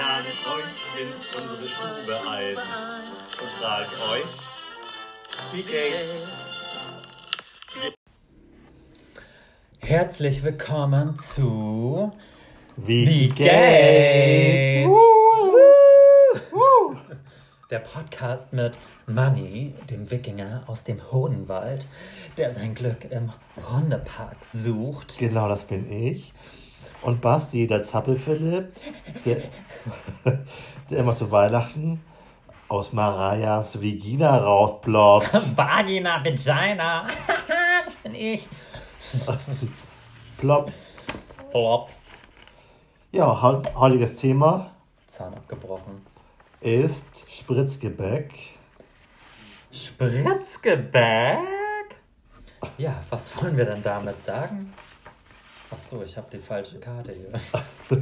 laden euch in unsere Stube ein und fragen euch, wie geht's? Herzlich willkommen zu Wie geht's? Der Podcast mit Manni, dem Wikinger aus dem Hohenwald, der sein Glück im Hundepark sucht. Genau, das bin ich. Und Basti, der Zappelphilipp, der immer zu Weihnachten aus Marias Vagina rausploppt. Vagina, Vagina, das bin ich. Plopp. Plop. Ja, heutiges Thema Zahn abgebrochen. ist Spritzgebäck. Spritzgebäck? Ja, was wollen wir denn damit sagen? Achso, ich habe die falsche Karte hier.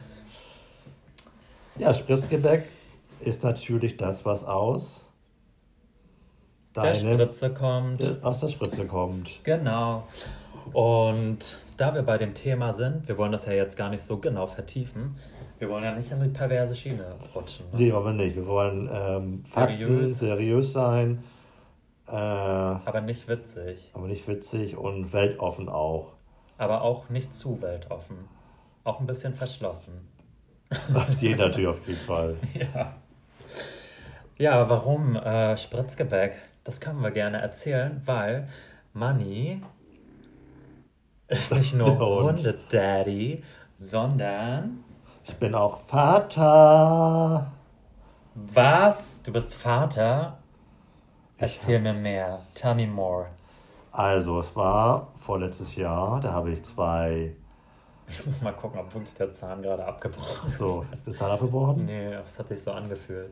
Ja, Spritzgebäck ist natürlich das, was aus Der Spritze kommt. Aus der Spritze kommt. Genau. Und da wir bei dem Thema sind, wir wollen das ja jetzt gar nicht so genau vertiefen, wir wollen ja nicht in die perverse Schiene rutschen. Ne? Nee, aber nicht. Wir wollen Fakten, seriös sein. Aber nicht witzig. Aber nicht witzig und weltoffen auch. Aber auch nicht zu weltoffen. Auch ein bisschen verschlossen. Die natürlich auf jeden Fall. Ja. Ja, warum Spritzgebäck? Das können wir gerne erzählen, weil Manni ist nicht nur Hunde-Daddy, sondern... Ich bin auch Vater. Was? Du bist Vater? Erzähl mir mehr. Tell me more. Also, es war vorletztes Jahr, da habe ich 2... Ich muss mal gucken, ob wirklich der Zahn gerade abgebrochen ist. So, ist der Zahn abgebrochen? Nee, es hat sich so angefühlt.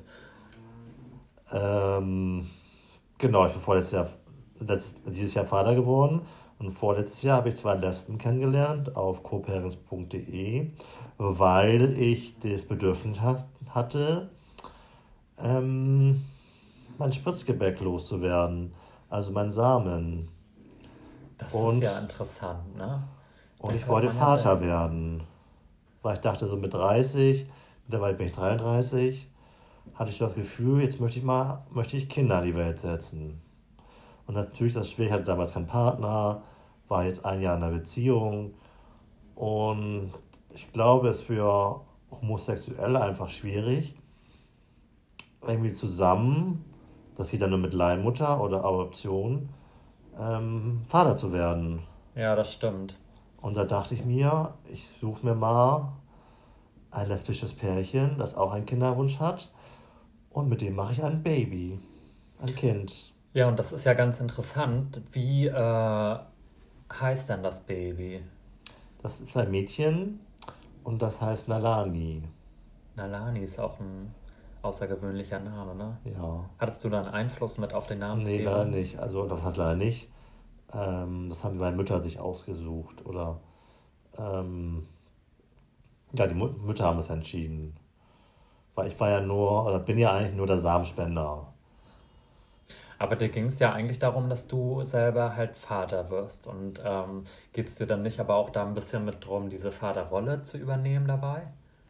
Genau, ich bin dieses Jahr Vater geworden. Und vorletztes Jahr habe ich 2 Lesben kennengelernt auf coparents.de, weil ich das Bedürfnis hatte, mein Spritzgebäck loszuwerden, also mein Samen. Das ist ja interessant, ne? Und ich wollte Vater werden, weil ich dachte, so mit 30, mittlerweile bin ich 33, hatte ich das Gefühl, jetzt möchte ich Kinder in die Welt setzen. Und natürlich ist das schwierig, ich hatte damals keinen Partner, war jetzt 1 Jahr in einer Beziehung und ich glaube, es ist für Homosexuelle einfach schwierig, irgendwie zusammen, das geht dann nur mit Leihmutter oder Adoption, Vater zu werden. Ja, das stimmt. Und da dachte ich mir, ich suche mir mal ein lesbisches Pärchen, das auch einen Kinderwunsch hat und mit dem mache ich ein Baby, ein Kind. Ja, und das ist ja ganz interessant. Wie heißt denn das Baby? Das ist ein Mädchen und das heißt Nalani. Nalani ist auch ein außergewöhnlicher Name, ne? Ja. Hattest du da einen Einfluss mit auf den Namensgebung? Nee, leider nicht. Also, das hat leider nicht. Das haben meine Mütter sich ausgesucht. Oder, ja, die Mütter haben es entschieden. Weil ich bin ja eigentlich nur der Samenspender. Aber dir ging es ja eigentlich darum, dass du selber halt Vater wirst. Und geht es dir dann nicht aber auch da ein bisschen mit drum, diese Vaterrolle zu übernehmen dabei?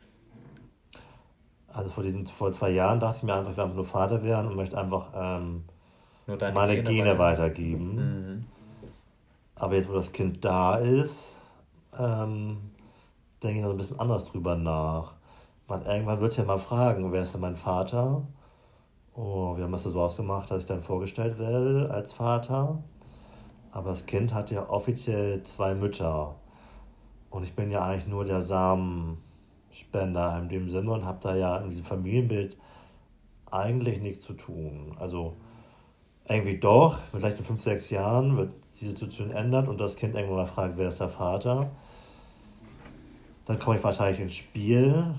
Also vor 2 Jahren dachte ich mir einfach, ich will einfach nur Vater werden und möchte einfach Nur deine meine Gene weitergeben. Mhm. Aber jetzt, wo das Kind da ist, denke ich noch ein bisschen anders drüber nach. Weil irgendwann wird es ja mal fragen, wer ist denn mein Vater? Oh, wir haben das so ausgemacht, dass ich dann vorgestellt werde als Vater. Aber das Kind hat ja offiziell 2 Mütter. Und ich bin ja eigentlich nur der Samenspender in dem Sinne und habe da ja in diesem Familienbild eigentlich nichts zu tun. Also irgendwie doch, vielleicht in 5, 6 Jahren wird die Situation ändert und das Kind irgendwann mal fragt, wer ist der Vater. Dann komme ich wahrscheinlich ins Spiel.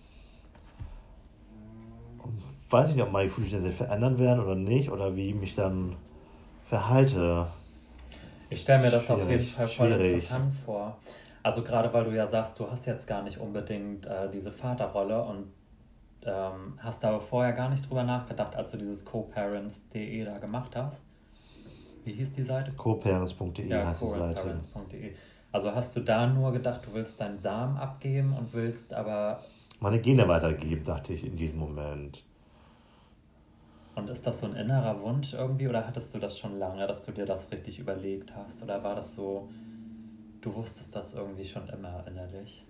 Und weiß nicht, ob meine Gefühle sich verändern werden oder nicht oder wie ich mich dann verhalte. Ich stelle mir das auf jeden Fall voll schwierig. interessant vor. Also gerade weil du ja sagst, du hast jetzt gar nicht unbedingt diese Vaterrolle und hast aber vorher gar nicht drüber nachgedacht, als du dieses coparents.de da gemacht hast. Wie hieß die Seite? coparents.de Ja, heißt die Seite. coparents.de. Also hast du da nur gedacht, du willst deinen Samen abgeben und willst aber meine Gene weitergeben, dachte ich in diesem Moment. Und ist das so ein innerer Wunsch irgendwie oder hattest du das schon lange, dass du dir das richtig überlegt hast? Oder war das so, du wusstest das irgendwie schon immer innerlich?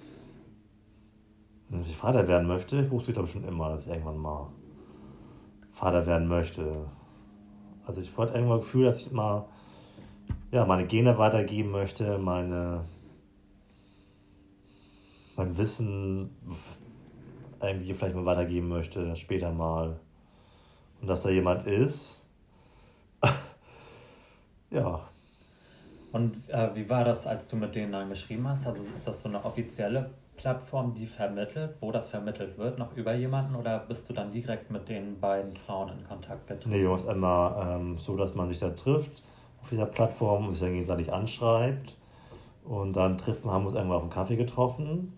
Wenn ich Vater werden möchte, wusste ich glaube schon immer, dass ich irgendwann mal Vater werden möchte. Also ich wollte irgendwann Gefühl, dass ich mal meine Gene weitergeben möchte, mein Wissen irgendwie vielleicht mal weitergeben möchte, später mal. Und dass da jemand ist, ja. Und wie war das, als du mit denen dann geschrieben hast? Also ist das so eine offizielle Plattform, die vermittelt, wo das vermittelt wird, noch über jemanden? Oder bist du dann direkt mit den beiden Frauen in Kontakt getreten? Nee, es ist immer so, dass man sich da trifft auf dieser Plattform und sich dann gegenseitig anschreibt. Und dann haben wir uns irgendwann auf einen Kaffee getroffen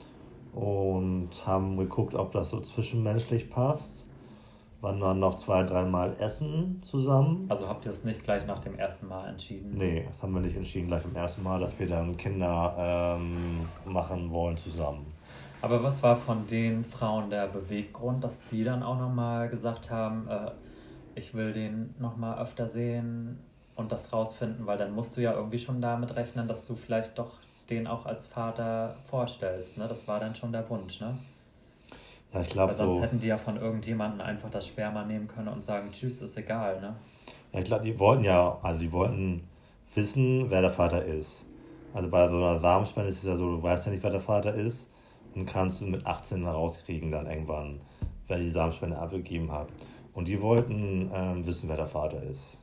und haben geguckt, ob das so zwischenmenschlich passt. Waren dann noch 2, 3 Mal essen zusammen. Also habt ihr es nicht gleich nach dem ersten Mal entschieden? Nee, das haben wir nicht entschieden gleich beim ersten Mal, dass wir dann Kinder machen wollen zusammen. Aber was war von den Frauen der Beweggrund, dass die dann auch nochmal gesagt haben, ich will den nochmal öfter sehen und das rausfinden, weil dann musst du ja irgendwie schon damit rechnen, dass du vielleicht doch den auch als Vater vorstellst, ne? Das war dann schon der Wunsch, ne? Ja, ich glaube Weil sonst so. hätten die ja von irgendjemandem einfach das Sperma nehmen können und sagen, tschüss, ist egal, ne? Ja, ich glaube, die wollten wissen, wer der Vater ist. Also bei so einer Samenspende ist es ja so, du weißt ja nicht, wer der Vater ist und kannst du mit 18 herauskriegen dann irgendwann, wer die Samenspende abgegeben hat. Und die wollten wissen, wer der Vater ist.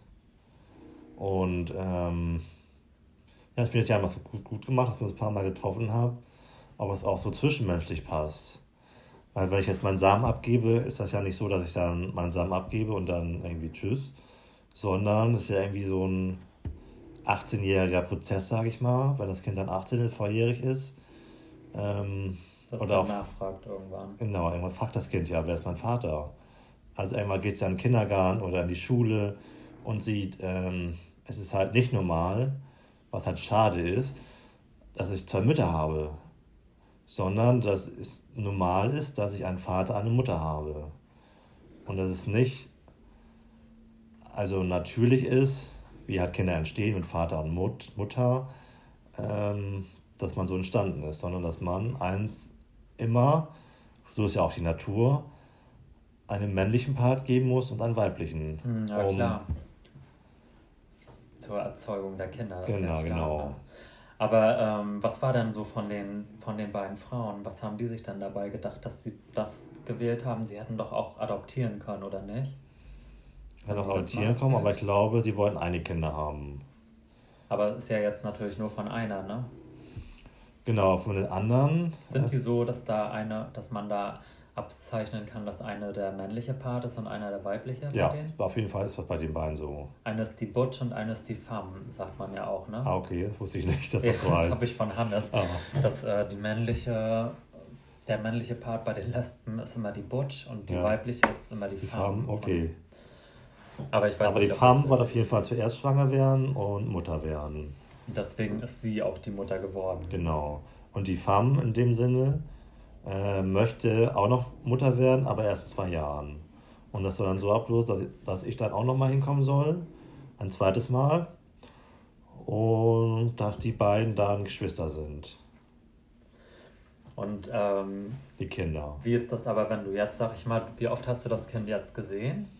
Und ich finde, die haben das gut gemacht, dass wir uns ein paar Mal getroffen haben, ob es auch so zwischenmenschlich passt. Weil wenn ich jetzt meinen Samen abgebe, ist das ja nicht so, dass ich dann meinen Samen abgebe und dann irgendwie tschüss, sondern es ist ja irgendwie so ein 18-jähriger Prozess, sage ich mal, weil das Kind dann 18, volljährig ist. Das Oder dann auch, nachfragt irgendwann. genau, irgendwann fragt das Kind ja, wer ist mein Vater? Also irgendwann geht es ja in den Kindergarten oder in die Schule und sieht, es ist halt nicht normal, was halt schade ist, dass ich 2 Mütter habe, sondern dass es normal ist, dass ich einen Vater, eine Mutter habe. Und dass es nicht also natürlich ist, wie halt Kinder entstehen mit Vater und Mutter, dass man so entstanden ist, sondern dass man eins immer, so ist ja auch die Natur, einen männlichen Part geben muss und einen weiblichen. Ja, klar. Zur Erzeugung der Kinder, das ist ja Genau, klar. genau. Ne? Aber was war denn so von den beiden Frauen? Was haben die sich dann dabei gedacht, dass sie das gewählt haben? Sie hätten doch auch adoptieren können, oder nicht? Ich kann Haben auch die das mal adoptieren kommen, aber erzählt? ich glaube, sie wollten einige Kinder haben. Aber ist ja jetzt natürlich nur von einer, ne? Genau, von den anderen. Sind die so, dass man da abzeichnen kann, dass eine der männliche Part ist und einer der weibliche bei Ja, denen? auf jeden Fall ist das bei den beiden so. Eine ist die Butch und eine ist die Femme, sagt man ja auch, ne? Ah, okay, das wusste ich nicht, dass Ja, das so das heißt. habe ich von Hannes, Ah, dass der männliche Part bei den Lesben ist immer die Butch und die ja, weibliche ist immer die die Femme. Farben, okay. Aber ich weiß Aber nicht, die ob Farben das wollte auf jeden Fall zuerst schwanger werden und Mutter werden. deswegen ist sie auch die Mutter geworden. Genau. Und die Femme in dem Sinne möchte auch noch Mutter werden, aber erst in 2 Jahren. Und das soll dann so ablösen, dass ich dann auch noch mal hinkommen soll. Ein zweites Mal. Und dass die beiden dann Geschwister sind. Und Die Kinder. wie ist das aber, wenn du jetzt, sag ich mal, wie oft hast du das Kind jetzt gesehen?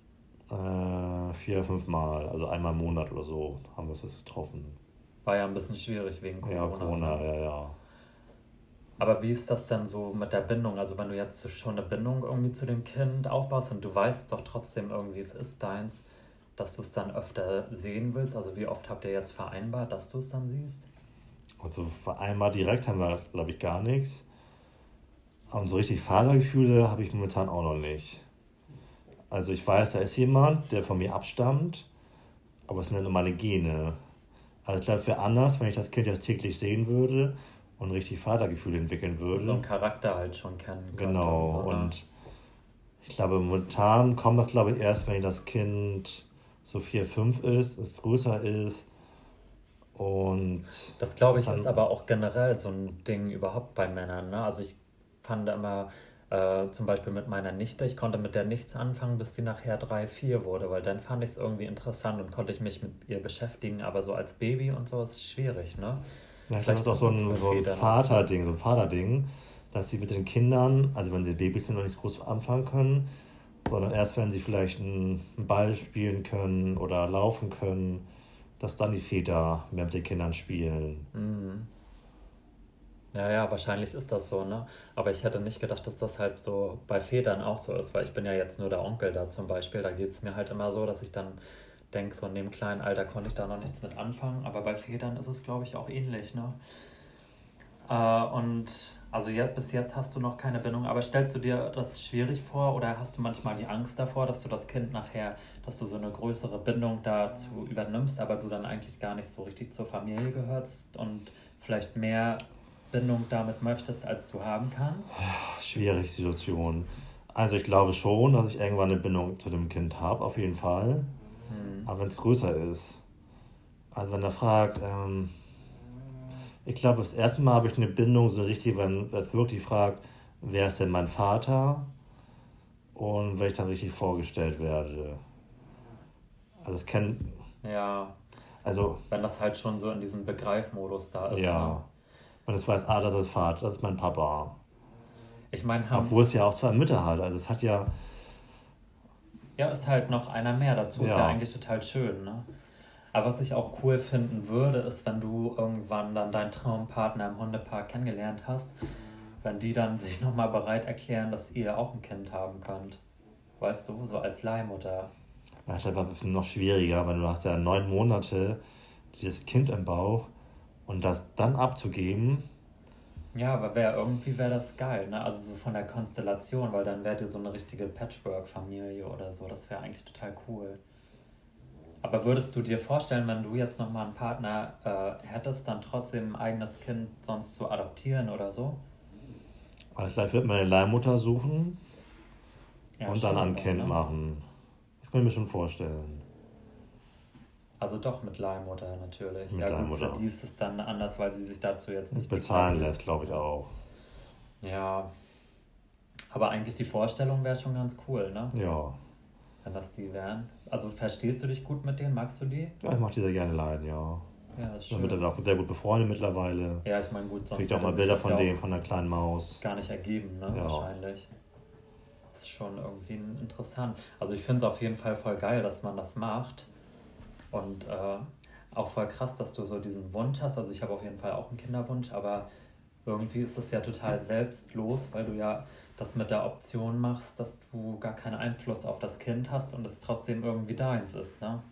4, 5 Mal. Also einmal im Monat oder so haben wir uns das getroffen. War ja ein bisschen schwierig wegen Corona. Ja, Corona, ne? ja. Aber wie ist das denn so mit der Bindung? Also wenn du jetzt schon eine Bindung irgendwie zu dem Kind aufbaust und du weißt doch trotzdem irgendwie, es ist deins, dass du es dann öfter sehen willst. Also wie oft habt ihr jetzt vereinbart, dass du es dann siehst? Also einmal direkt haben wir, glaube ich, gar nichts. Und so richtig Vatergefühle habe ich momentan auch noch nicht. Also ich weiß, da ist jemand, der von mir abstammt, aber es sind ja nur meine Gene. Also ich glaube, es wäre anders, wenn ich das Kind jetzt täglich sehen würde und richtig Vatergefühle entwickeln Und so einen würde. Charakter halt schon kennen könnte Genau. und so, ne? Und ich glaube, momentan kommt das, glaube ich, erst, wenn das Kind so 4, 5 ist, es größer ist und Das glaube es ich ist dann, aber auch generell so ein Ding überhaupt bei Männern, ne? Also ich fand immer, zum Beispiel mit meiner Nichte, ich konnte mit der nichts anfangen, bis sie nachher 3, 4 wurde, weil dann fand ich es irgendwie interessant und konnte ich mich mit ihr beschäftigen, aber so als Baby und so ist es schwierig, ne? Ja, ich glaube, Vielleicht das ist auch ist es bei so ein Vätern auch so. Vaterding, dass sie mit den Kindern, also wenn sie Babys sind, noch nicht groß anfangen können, sondern erst wenn sie vielleicht einen Ball spielen können oder laufen können, dass dann die Väter mehr mit den Kindern spielen. Mhm. Ja, ja, wahrscheinlich ist das so, ne? Aber ich hätte nicht gedacht, dass das halt so bei Vätern auch so ist, weil ich bin ja jetzt nur der Onkel da zum Beispiel. Da geht es mir halt immer so, dass ich dann denke, so in dem kleinen Alter konnte ich da noch nichts mit anfangen. Aber bei Vätern ist es, glaube ich, auch ähnlich, ne? Und also bis jetzt hast du noch keine Bindung, aber stellst du dir das schwierig vor oder hast du manchmal die Angst davor, dass du das Kind nachher, dass du so eine größere Bindung dazu übernimmst, aber du dann eigentlich gar nicht so richtig zur Familie gehörst und vielleicht mehr Bindung damit möchtest, als du haben kannst? Schwierige Situation. Also ich glaube schon, dass ich irgendwann eine Bindung zu dem Kind habe, auf jeden Fall. Hm. Aber wenn es größer ist. Also wenn er fragt, ich glaube, das erste Mal habe ich eine Bindung so richtig, wenn er wirklich fragt, wer ist denn mein Vater? Und wenn ich dann richtig vorgestellt werde. Also es kennt, Ja, also wenn das halt schon so in diesem Begreifmodus da ist, ne? ja, man es weiß, das ist Vater, das ist mein Papa. Ich meine, Obwohl es ja auch zwei Mütter hat. Also es hat ja, ja, ist halt noch einer mehr dazu, ist ja ja, eigentlich total schön, ne? Aber was ich auch cool finden würde, ist, wenn du irgendwann dann deinen Traumpartner im Hundepark kennengelernt hast, wenn die dann sich nochmal bereit erklären, dass ihr auch ein Kind haben könnt. Weißt du, so als Leihmutter. ich glaube, das ist noch schwieriger, weil du hast ja 9 Monate dieses Kind im Bauch und das dann abzugeben, Ja, aber irgendwie wäre das geil, ne? Also so von der Konstellation, weil dann wärt ihr so eine richtige Patchwork-Familie oder so. Das wäre eigentlich total cool. Aber würdest du dir vorstellen, wenn du jetzt nochmal einen Partner hättest, dann trotzdem ein eigenes Kind sonst zu adoptieren oder so? also vielleicht wird man eine Leihmutter suchen Ja, und dann schon ein dann, Kind ne? machen. Das kann ich mir schon vorstellen. Also doch mit Leihmutter natürlich. Mit Ja gut, für Leihmutter. die ist es dann anders, weil sie sich dazu jetzt nicht die Bezahlen gleiche... lässt, glaube ich auch. Ja, aber eigentlich die Vorstellung wäre schon ganz cool, ne? Ja. Wenn das die wären. Also verstehst du dich gut mit denen? Magst du die? Ja, ich mache die sehr gerne leiden, ja. Ja, das ist Damit schön. dann auch sehr gut befreundet mittlerweile. Ja, ich meine, gut, sonst Kriegt auch hätte mal sich Bilder das von ja dem, auch von der kleinen Maus. gar nicht ergeben, ne? Ja. Wahrscheinlich. Das ist schon irgendwie interessant. Also ich finde es auf jeden Fall voll geil, dass man das macht. Und auch voll krass, dass du so diesen Wunsch hast. Also ich habe auf jeden Fall auch einen Kinderwunsch, aber irgendwie ist es ja total selbstlos, weil du ja das mit der Option machst, dass du gar keinen Einfluss auf das Kind hast und es trotzdem irgendwie deins ist, ne?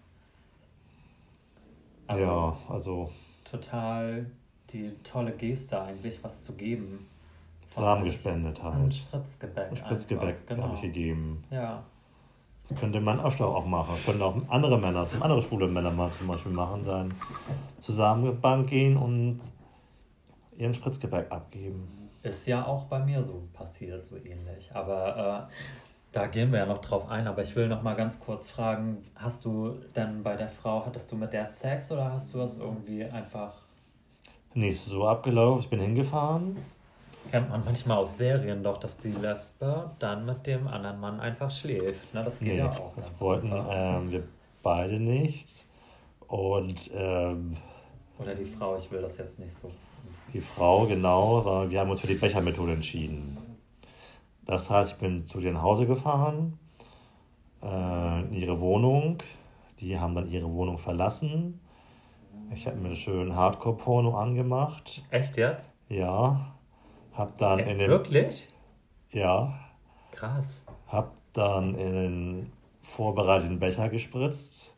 Also Ja, also total die tolle Geste eigentlich, was zu geben von Samen sich. gespendet Ein halt. Spritzgebäck Ein Spritzgebäck einfach, genau. habe ich gegeben. Ja, Das könnte man öfter auch machen. Das könnten auch andere Männer, andere schwule Männer mal zum Beispiel machen, dann zusammen in die Bank gehen und ihren Spritzgebäck abgeben. ist ja auch bei mir so passiert, so ähnlich. Aber da gehen wir ja noch drauf ein. Aber ich will noch mal ganz kurz fragen, hast du denn bei der Frau, hattest du mit der Sex oder hast du das irgendwie einfach... Nicht so abgelaufen, ich bin hingefahren. Kennt man manchmal aus Serien doch, dass die Lesbe dann mit dem anderen Mann einfach schläft. Ne? Das geht Nee, ja auch das ganz wollten einfach. wir beide nicht. Und Oder die Frau, ich will das jetzt nicht so. die Frau genau, sondern wir haben uns für die Bechermethode entschieden. Das heißt, ich bin zu dir nach Hause gefahren, in ihre Wohnung. Die haben dann ihre Wohnung verlassen. Ich habe mir einen schönen Hardcore-Porno angemacht. Echt jetzt? Ja. Hab dann in den, Wirklich? ja, Krass. hab dann in den vorbereiteten Becher gespritzt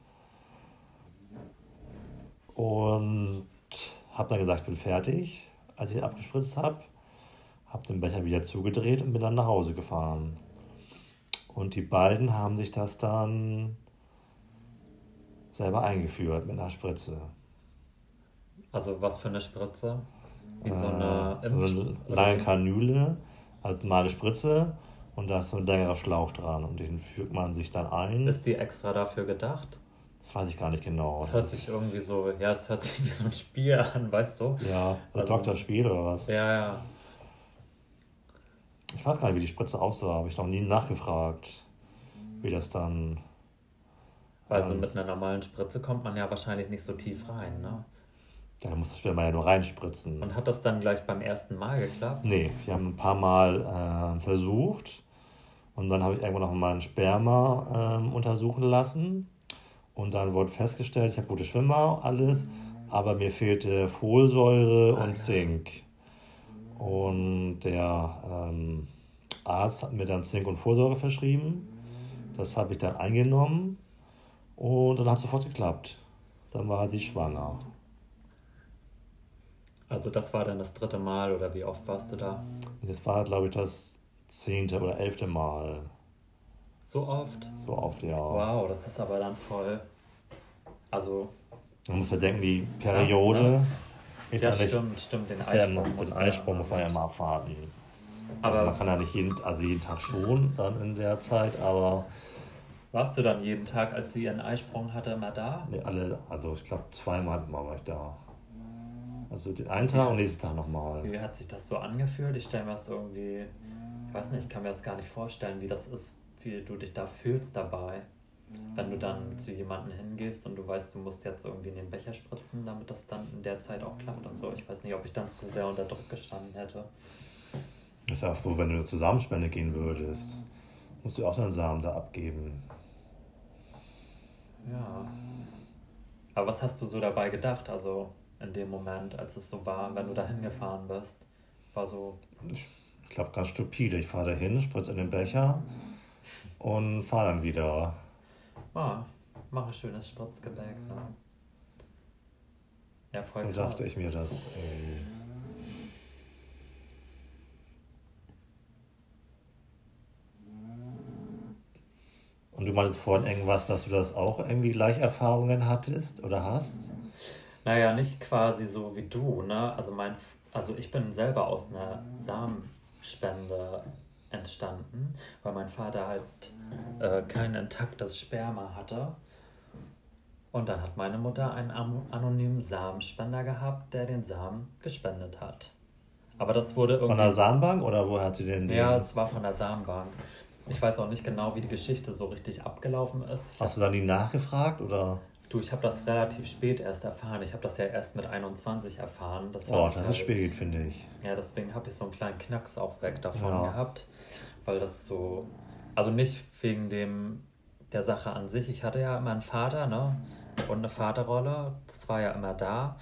und hab dann gesagt, ich bin fertig, als ich abgespritzt habe. Hab den Becher wieder zugedreht und bin dann nach Hause gefahren. Und die beiden haben sich das dann selber eingeführt mit einer Spritze. Also was für eine Spritze? Wie so eine So eine oder lange so? Kanüle, also normale Spritze und da ist so ein längerer Schlauch dran und den führt man sich dann ein. Ist die extra dafür gedacht? Das weiß ich gar nicht genau. Es hört sich irgendwie so, ja, es hört sich wie so ein Spiel an, weißt du? Ja, also Dr. Spiel oder was? Ja, ja. Ich weiß gar nicht, wie die Spritze aussah, habe ich noch nie nachgefragt, wie das dann... Weil so mit einer normalen Spritze kommt man ja wahrscheinlich nicht so tief rein, ne? Ja, da muss das Sperma ja nur reinspritzen. Und hat das dann gleich beim ersten Mal geklappt? Nee, wir haben ein paar Mal versucht und dann habe ich irgendwann noch mal ein Sperma untersuchen lassen und dann wurde festgestellt, ich habe gute Schwimmer, alles, aber mir fehlte Folsäure und Zink. Und der Arzt hat mir dann Zink und Folsäure verschrieben. Das habe ich dann eingenommen und dann hat es sofort geklappt. Dann war sie schwanger. Also das war dann das 3. Mal oder wie oft warst du da? Das war, glaube ich, das 10. oder 11. Mal. So oft? So oft, ja. Wow, das ist aber dann voll... Also... Man muss ja denken, die Periode... Krass, ne? Ist ja, nicht, stimmt, den ist ja, Eisprung, muss man ja immer abwarten. Aber also man kann ja nicht jeden Tag schon dann in der Zeit, aber... Warst du dann jeden Tag, als sie ihren Eisprung hatte, immer da? Nee, also ich glaube 2-mal war ich da. Also den einen Tag und nächsten Tag nochmal. Wie hat sich das so angefühlt? Ich stelle mir das irgendwie, ich weiß nicht, ich kann mir das gar nicht vorstellen, wie das ist, wie du dich da fühlst dabei. Wenn du dann zu jemandem hingehst und du weißt, du musst jetzt irgendwie in den Becher spritzen, damit das dann in der Zeit auch klappt und so. Ich weiß nicht, ob ich dann zu sehr unter Druck gestanden hätte. Das ist auch so, wenn du zur Samenspende gehen würdest, musst du auch deinen Samen da abgeben. Ja. Aber was hast du so dabei gedacht, also in dem Moment, als es so war, wenn du da hingefahren bist? War so... Ich glaube, ganz stupide. Ich fahre da hin, spritze in den Becher und fahre dann wieder. Mach ein schönes Spritzgebäck, ne? Ja, voll so krass. dachte ich mir das irgendwie. Und du meintest vorhin irgendwas, dass du das auch irgendwie gleich Erfahrungen hattest oder hast? Naja, nicht quasi so wie du, ne? Also ich bin selber aus einer Samenspende entstanden, weil mein Vater halt kein intaktes Sperma hatte. Und dann hat meine Mutter einen anonymen Samenspender gehabt, der den Samen gespendet hat. Aber das wurde irgendwie... Von der Samenbank oder woher hat sie den? Ja, es war von der Samenbank. Ich weiß auch nicht genau, wie die Geschichte so richtig abgelaufen ist. Hast du dann nie nachgefragt oder? Du, ich habe das relativ spät erst erfahren. Ich habe das ja erst mit 21 erfahren. Das ist spät, finde ich. Ja, deswegen habe ich so einen kleinen Knacks auch weg davon gehabt. Weil das so... Also nicht wegen der Sache an sich. Ich hatte ja immer einen Vater, ne? Und eine Vaterrolle. Das war ja immer da.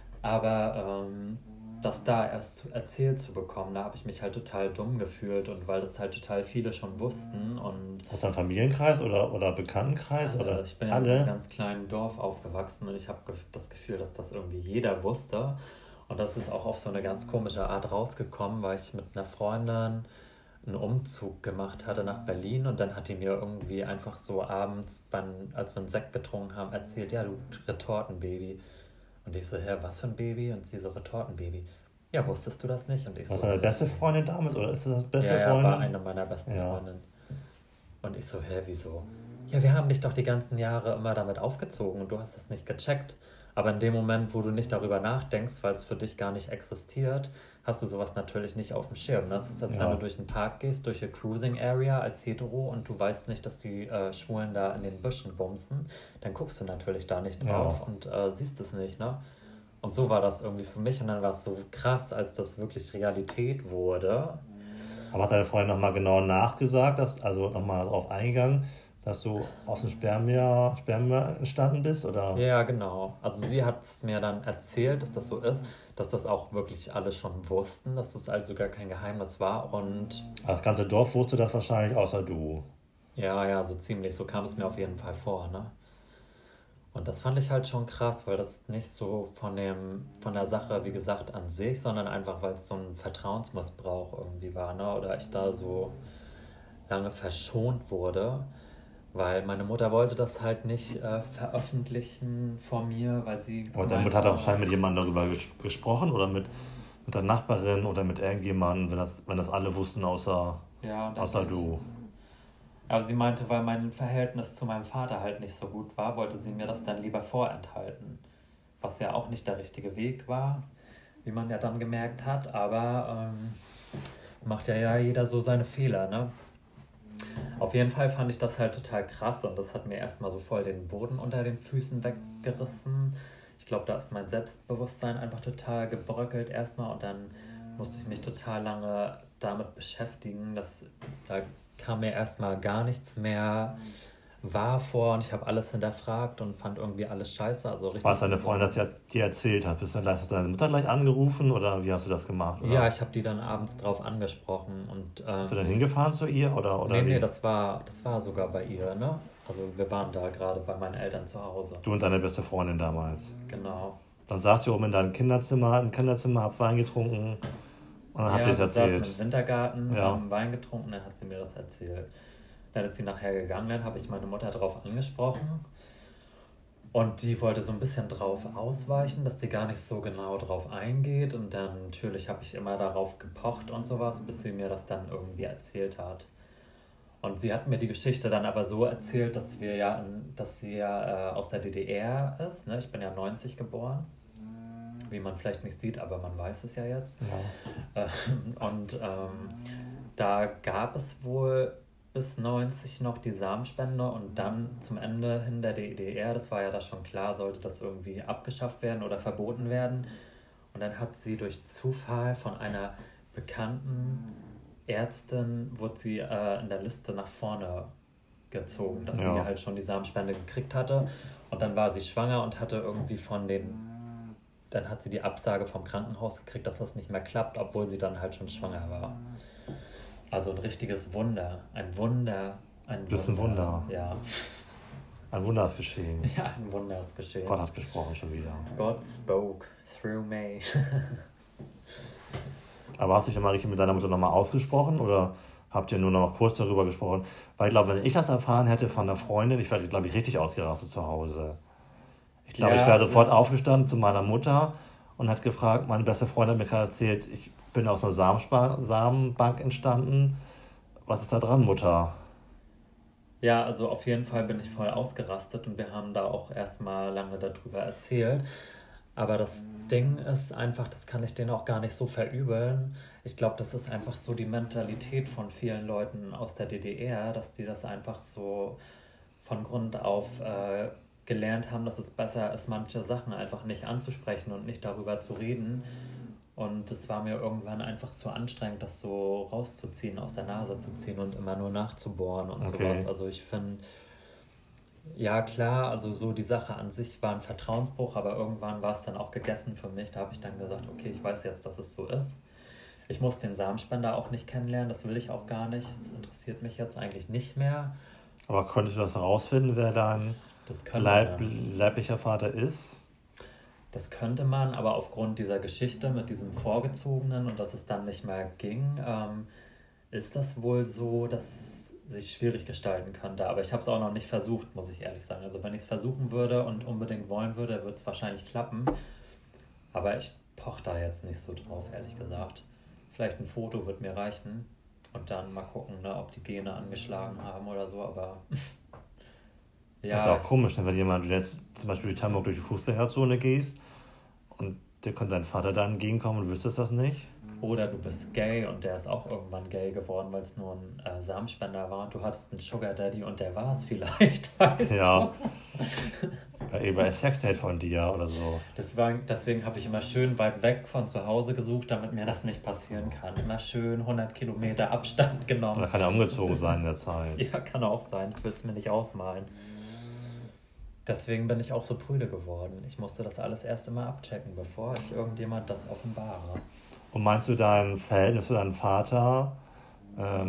Aber das da erst erzählt zu bekommen, da habe ich mich halt total dumm gefühlt. Und weil das halt total viele schon wussten. Und hast du einen Familienkreis oder Bekanntenkreis? Oder ich bin ja in einem ganz kleinen Dorf aufgewachsen und ich habe das Gefühl, dass das irgendwie jeder wusste. Und das ist auch auf so eine ganz komische Art rausgekommen, weil ich mit einer Freundin einen Umzug gemacht hatte nach Berlin und dann hat die mir irgendwie einfach so abends, als wir einen Sekt getrunken haben, erzählt, ja, du Retortenbaby. Und ich so, was für ein Baby? Und sie so, Retortenbaby. Ja, wusstest du das nicht? Und ich so, was war deine beste Freundin damals oder ist das beste Freundin? Ja, war eine meiner besten Freundinnen. Und ich so, wieso? Ja, wir haben dich doch die ganzen Jahre immer damit aufgezogen und du hast es nicht gecheckt. Aber in dem Moment, wo du nicht darüber nachdenkst, weil es für dich gar nicht existiert, hast du sowas natürlich nicht auf dem Schirm. Das ist, als wenn du durch den Park gehst, durch eine Cruising Area als Hetero und du weißt nicht, dass die Schwulen da in den Büschen bumsen. Dann guckst du natürlich da nicht drauf und siehst es nicht, ne? Und so war das irgendwie für mich und dann war es so krass, als das wirklich Realität wurde. Aber hat deine Freundin nochmal genau nachgesagt, also nochmal darauf eingegangen, dass du aus dem Sperma entstanden bist, oder? Ja, genau. Also sie hat es mir dann erzählt, dass das so ist, dass das auch wirklich alle schon wussten, dass das also gar kein Geheimnis war und... Das ganze Dorf wusste das wahrscheinlich, außer du. Ja, so ziemlich. So kam es mir auf jeden Fall vor, ne? Und das fand ich halt schon krass, weil das nicht so von der Sache, wie gesagt, an sich, sondern einfach, weil es so ein Vertrauensmissbrauch irgendwie war, ne? Oder ich da so lange verschont wurde. Weil meine Mutter wollte das halt nicht veröffentlichen vor mir, weil sie... Aber deine Mutter hat auch wahrscheinlich mit jemandem darüber gesprochen oder mit der Nachbarin oder mit irgendjemandem, wenn das alle wussten, außer du. Aber sie meinte, weil mein Verhältnis zu meinem Vater halt nicht so gut war, wollte sie mir das dann lieber vorenthalten. Was ja auch nicht der richtige Weg war, wie man ja dann gemerkt hat. Aber macht ja jeder so seine Fehler, ne? Auf jeden Fall fand ich das halt total krass und das hat mir erstmal so voll den Boden unter den Füßen weggerissen. Ich glaube, da ist mein Selbstbewusstsein einfach total gebröckelt erstmal und dann musste ich mich total lange damit beschäftigen. Da kam mir erstmal gar nichts mehr wahr vor und ich habe alles hinterfragt und fand irgendwie alles scheiße. Also richtig. Was deine Freundin das dir erzählt hat? Hast du deine Mutter gleich angerufen oder wie hast du das gemacht? Oder? Ja, ich habe die dann abends drauf angesprochen und bist du dann hingefahren zu ihr oder nee, das war sogar bei ihr, ne? Also wir waren da gerade bei meinen Eltern zu Hause. Du und deine beste Freundin damals. Genau. Dann saßt ihr oben in deinem Kinderzimmer, habt Wein getrunken und dann hat sie es erzählt. Wir saßen im Wintergarten, haben Wein getrunken, dann hat sie mir das erzählt. Dann ist sie nachher gegangen, dann habe ich meine Mutter darauf angesprochen und die wollte so ein bisschen drauf ausweichen, dass sie gar nicht so genau drauf eingeht und dann natürlich habe ich immer darauf gepocht und sowas, bis sie mir das dann irgendwie erzählt hat. Und sie hat mir die Geschichte dann aber so erzählt, dass sie ja aus der DDR ist, ne? Ich bin ja 90 geboren, wie man vielleicht nicht sieht, aber man weiß es ja jetzt. Ja. Da gab es wohl bis 90 noch die Samenspende und dann zum Ende hin der DDR, das war ja da schon klar, sollte das irgendwie abgeschafft werden oder verboten werden. Und dann hat sie durch Zufall von einer bekannten Ärztin, wurde sie in der Liste nach vorne gezogen, dass sie halt schon die Samenspende gekriegt hatte. Und dann war sie schwanger und hatte irgendwie dann hat sie die Absage vom Krankenhaus gekriegt, dass das nicht mehr klappt, obwohl sie dann halt schon schwanger war. Also ein richtiges Wunder. Ein Wunder. Das ist ein Wunder. Ja. Ein Wunder ist geschehen. Ja, ein Wunder ist geschehen. Gott hat gesprochen schon wieder. God spoke through me. Aber hast du dich ja mal richtig mit deiner Mutter nochmal ausgesprochen oder habt ihr nur noch kurz darüber gesprochen? Weil ich glaube, wenn ich das erfahren hätte von einer Freundin, ich wäre, glaube ich, richtig ausgerastet zu Hause. Ich glaube, ich wäre sofort aufgestanden zu meiner Mutter und hat gefragt, meine beste Freundin hat mir gerade erzählt, ich bin aus einer Samenbank entstanden. Was ist da dran, Mutter? Ja, also auf jeden Fall bin ich voll ausgerastet und wir haben da auch erstmal lange darüber erzählt. Aber das Ding ist einfach, das kann ich denen auch gar nicht so verübeln. Ich glaube, das ist einfach so die Mentalität von vielen Leuten aus der DDR, dass die das einfach so von Grund auf gelernt haben, dass es besser ist, manche Sachen einfach nicht anzusprechen und nicht darüber zu reden. Und es war mir irgendwann einfach zu anstrengend, das so rauszuziehen, aus der Nase zu ziehen und immer nur nachzubohren und sowas. Also ich finde, ja klar, also so die Sache an sich war ein Vertrauensbruch, aber irgendwann war es dann auch gegessen für mich. Da habe ich dann gesagt, okay, ich weiß jetzt, dass es so ist. Ich muss den Samenspender auch nicht kennenlernen, das will ich auch gar nicht. Das interessiert mich jetzt eigentlich nicht mehr. Aber konntest du das herausfinden, wer dein leiblicher Vater ist? Das könnte man, aber aufgrund dieser Geschichte mit diesem Vorgezogenen und dass es dann nicht mehr ging, ist das wohl so, dass es sich schwierig gestalten könnte. Aber ich habe es auch noch nicht versucht, muss ich ehrlich sagen. Also wenn ich es versuchen würde und unbedingt wollen würde, wird es wahrscheinlich klappen. Aber ich poche da jetzt nicht so drauf, ehrlich gesagt. Vielleicht ein Foto wird mir reichen und dann mal gucken, ne, ob die Gene angeschlagen haben oder so, aber... Ja, das ist auch komisch, wenn jemand, wenn du jetzt zum Beispiel durch Hamburg durch die Fußgängerzone gehst und dir könnte dein Vater da entgegenkommen und wüsstest das nicht. Oder du bist gay und der ist auch irgendwann gay geworden, weil es nur ein Samenspender war und du hattest einen Sugar Daddy und der war es vielleicht, weißt du? Ja, über ein Sexdate von dir oder so. Deswegen habe ich immer schön weit weg von zu Hause gesucht, damit mir das nicht passieren kann. Immer schön 100 Kilometer Abstand genommen. Oder kann er umgezogen sein in der Zeit. Ja, kann auch sein. Ich will es mir nicht ausmalen. Deswegen bin ich auch so prüde geworden. Ich musste das alles erst immer abchecken, bevor ich irgendjemand das offenbare. Und meinst du, dein Verhältnis zu deinem Vater war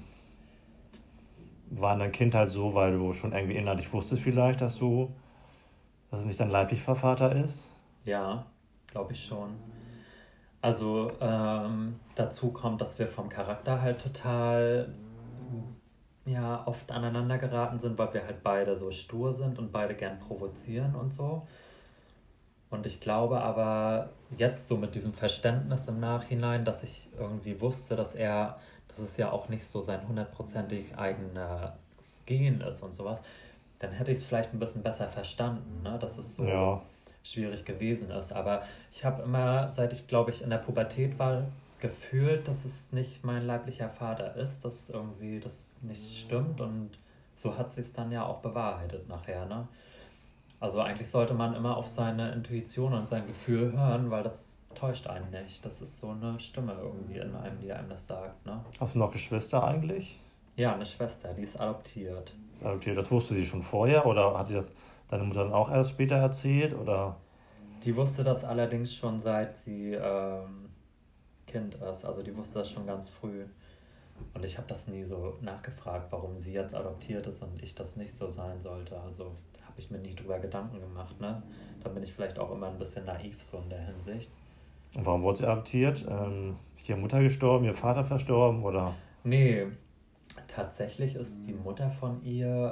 in deiner Kindheit so, weil du schon irgendwie innerlich wusstest vielleicht, dass es nicht dein leiblicher Vater ist? Ja, glaube ich schon. Also dazu kommt, dass wir vom Charakter halt total oft aneinander geraten sind, weil wir halt beide so stur sind und beide gern provozieren und so. Und ich glaube aber jetzt so mit diesem Verständnis im Nachhinein, dass ich irgendwie wusste, dass es ja auch nicht so sein 100%ig eigenes Gen ist und sowas, dann hätte ich es vielleicht ein bisschen besser verstanden, ne? Dass es so schwierig gewesen ist. Aber ich habe immer, seit ich glaube ich in der Pubertät war, gefühlt, dass es nicht mein leiblicher Vater ist, dass irgendwie das nicht stimmt und so hat sich es dann ja auch bewahrheitet nachher, ne? Also eigentlich sollte man immer auf seine Intuition und sein Gefühl hören, weil das täuscht einen nicht. Das ist so eine Stimme irgendwie in einem, die einem das sagt, ne? Hast du noch Geschwister eigentlich? Ja, eine Schwester, die ist adoptiert. Das adoptiert, das wusste sie schon vorher oder hat dir das deine Mutter dann auch erst später erzählt? Oder? Die wusste das allerdings schon seit sie Kind ist. Also die wusste das schon ganz früh. Und ich habe das nie so nachgefragt, warum sie jetzt adoptiert ist und ich das nicht so sein sollte. Also habe ich mir nie drüber Gedanken gemacht, ne? Da bin ich vielleicht auch immer ein bisschen naiv so in der Hinsicht. Und warum wurde sie adoptiert? Ist ihre Mutter gestorben, ihr Vater verstorben oder? Nee, tatsächlich ist die Mutter von ihr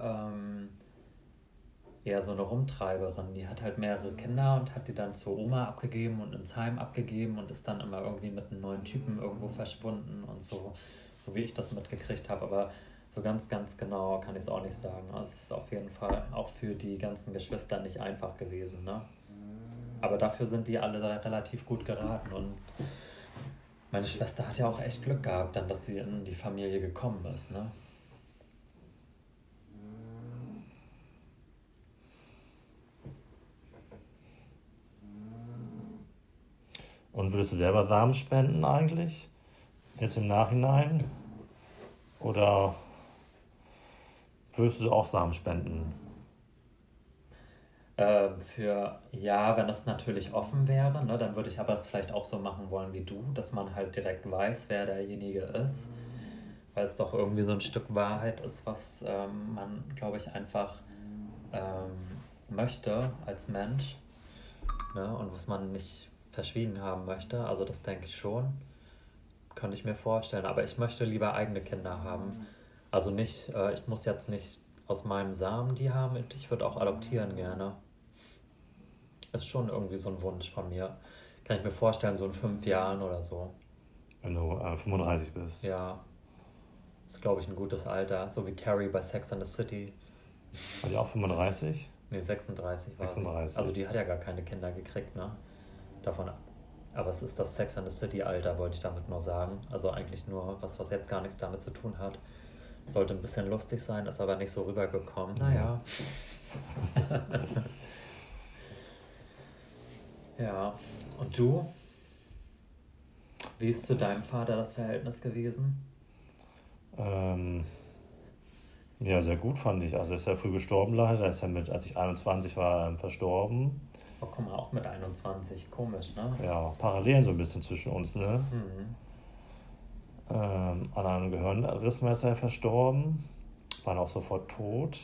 eher so eine Rumtreiberin. Die hat halt mehrere Kinder und hat die dann zur Oma abgegeben und ins Heim abgegeben und ist dann immer irgendwie mit einem neuen Typen irgendwo verschwunden und so, so wie ich das mitgekriegt habe. Aber so ganz, ganz genau kann ich es auch nicht sagen. Also es ist auf jeden Fall auch für die ganzen Geschwister nicht einfach gewesen, ne? Aber dafür sind die alle relativ gut geraten und meine Schwester hat ja auch echt Glück gehabt, dann, dass sie in die Familie gekommen ist, ne? Und würdest du selber Samen spenden eigentlich? Jetzt im Nachhinein? Oder würdest du auch Samen spenden? Ja, wenn das natürlich offen wäre, ne, dann würde ich aber es vielleicht auch so machen wollen wie du, dass man halt direkt weiß, wer derjenige ist, weil es doch irgendwie so ein Stück Wahrheit ist, was man, glaube ich, einfach möchte als Mensch, ne, und was man nicht verschwiegen haben möchte. Also das denke ich schon, könnte ich mir vorstellen, aber ich möchte lieber eigene Kinder haben. Also nicht, ich muss jetzt nicht aus meinem Samen die haben, ich würde auch adoptieren gerne. Ist schon irgendwie so ein Wunsch von mir. Kann ich mir vorstellen, so in 5 Jahren oder so. Wenn du 35 bist. Ja, ist glaube ich ein gutes Alter. So wie Carrie bei Sex and the City. War die auch 35? Nee, 36 war sie. 36. Also die hat ja gar keine Kinder gekriegt, ne? Davon. Aber es ist das Sex and the City Alter, wollte ich damit nur sagen. Also eigentlich nur was jetzt gar nichts damit zu tun hat. Sollte ein bisschen lustig sein, ist aber nicht so rübergekommen. Naja. Ja. Und du? Wie ist zu deinem Vater das Verhältnis gewesen? Ja, sehr gut fand ich. Also ist ja früh gestorben leider. Er ist ja als ich 21 war, verstorben. Oh, guck mal, auch mit 21. Komisch, ne? Ja, Parallelen so ein bisschen zwischen uns, ne? Mhm. An einem Gehirnriss ist er verstorben. War auch sofort tot.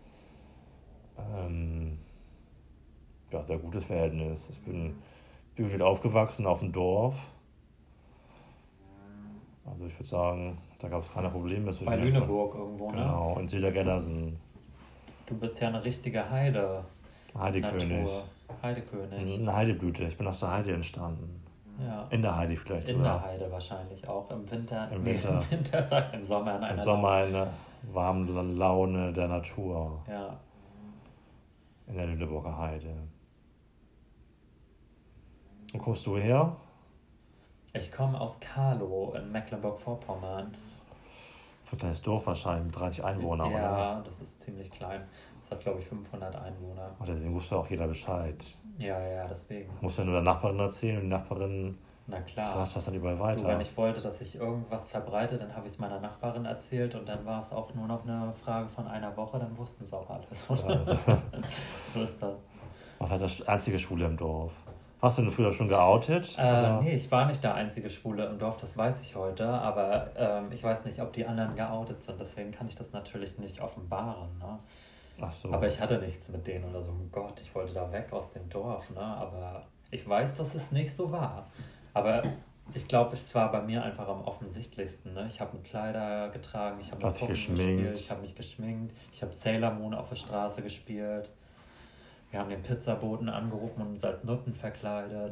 Ja, sehr gutes Verhältnis. Ich bin wieder aufgewachsen auf dem Dorf. Also ich würde sagen, da gab es keine Probleme. Bei Lüneburg irgendwo, ne? Genau, in Südergellersen. Du bist ja eine richtige Heide. Heidekönig. Natur. Heidekönig. Eine Heideblüte. Ich bin aus der Heide entstanden. Ja. In der Heide vielleicht In sogar. der Heide wahrscheinlich auch. Im Winter. Im Winter. Im Winter sag ich, im Sommer in einer Im Sommer eine warme Laune der Natur. Ja. In der Lüneburger Heide. Wo kommst du her? Ich komme aus Karlow in Mecklenburg-Vorpommern. Das ist ein kleines Dorf wahrscheinlich mit 30 Einwohnern, oder? Ja, das ist ziemlich klein. Das hat, glaube ich, 500 Einwohner. Oh, deswegen wusste auch jeder Bescheid. Ja, deswegen. Musst du ja nur der Nachbarin erzählen und die Nachbarin Na klar. trascht das dann überall weiter. Du, wenn ich wollte, dass ich irgendwas verbreite, dann habe ich es meiner Nachbarin erzählt und dann war es auch nur noch eine Frage von einer Woche, dann wussten es auch alles. So ist das. Was heißt das einzige Schwule im Dorf? Warst du denn früher schon geoutet? Nee, ich war nicht der einzige Schwule im Dorf, das weiß ich heute, aber ich weiß nicht, ob die anderen geoutet sind, deswegen kann ich das natürlich nicht offenbaren, ne? Ach so. Aber ich hatte nichts mit denen oder so, oh Gott, ich wollte da weg aus dem Dorf, ne? Aber ich weiß, dass es nicht so war. Aber ich glaube, es war bei mir einfach am offensichtlichsten, ne? Ich habe Kleider getragen, ich habe Hast dich geschminkt. ich habe mich geschminkt, ich habe Sailor Moon auf der Straße gespielt. Wir haben den Pizzaboten angerufen und uns als Nutten verkleidet.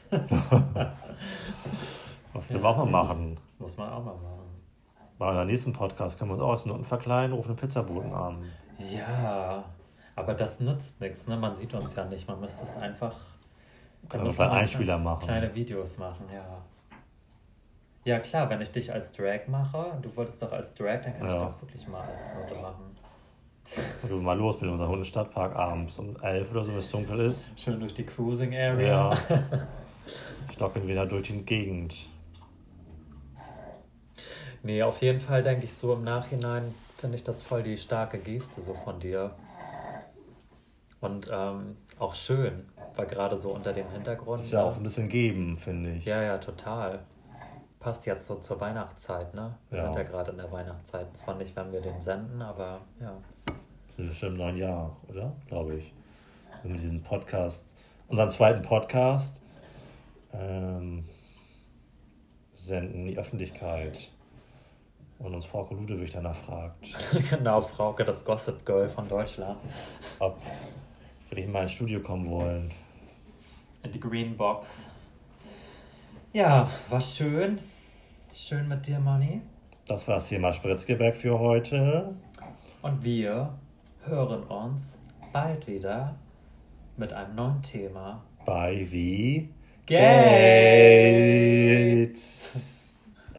Was können wir auch mal machen? Muss man auch mal machen. Bei unserem nächsten Podcast können wir uns auch als Nutten verkleiden, rufen den Pizzaboten an. Ja, aber das nützt nichts, ne? Man sieht uns ja nicht. Man müsste es einfach. Können wir einen Einspieler machen. Kleine Videos machen, ja. Ja klar, wenn ich dich als Drag mache, du wolltest doch als Drag, dann kann ich Ja. doch wirklich mal als Nutte machen. Und du mal los mit unserem Hundestadtpark abends um 11 oder so, wenn es dunkel ist. Schön durch die Cruising Area. Ja. Stocken wieder durch die Gegend. Nee, auf jeden Fall denke ich so im Nachhinein, finde ich das voll die starke Geste so von dir. Und auch schön, weil gerade so unter dem Hintergrund. Ist ja auch ein bisschen geben, finde ich. Ja, total. Passt jetzt so zur Weihnachtszeit, ne? Wir Ja. sind ja gerade in der Weihnachtszeit. Zwar nicht, wenn wir den senden, aber ja. Sind wir schon im neuen Jahr, oder? Glaube ich. Wenn wir diesen Podcast, unseren zweiten Podcast, senden in die Öffentlichkeit und uns Frau Ludewig danach fragt, Genau, Frauke, das Gossip Girl von Deutschland. ob wir nicht mal ins Studio kommen wollen. In die Green Box. Ja, war schön. Schön mit dir, Manni. Das war das Thema Spritzgebäck für heute. Und wir hören uns bald wieder mit einem neuen Thema. Bei Wie Gates.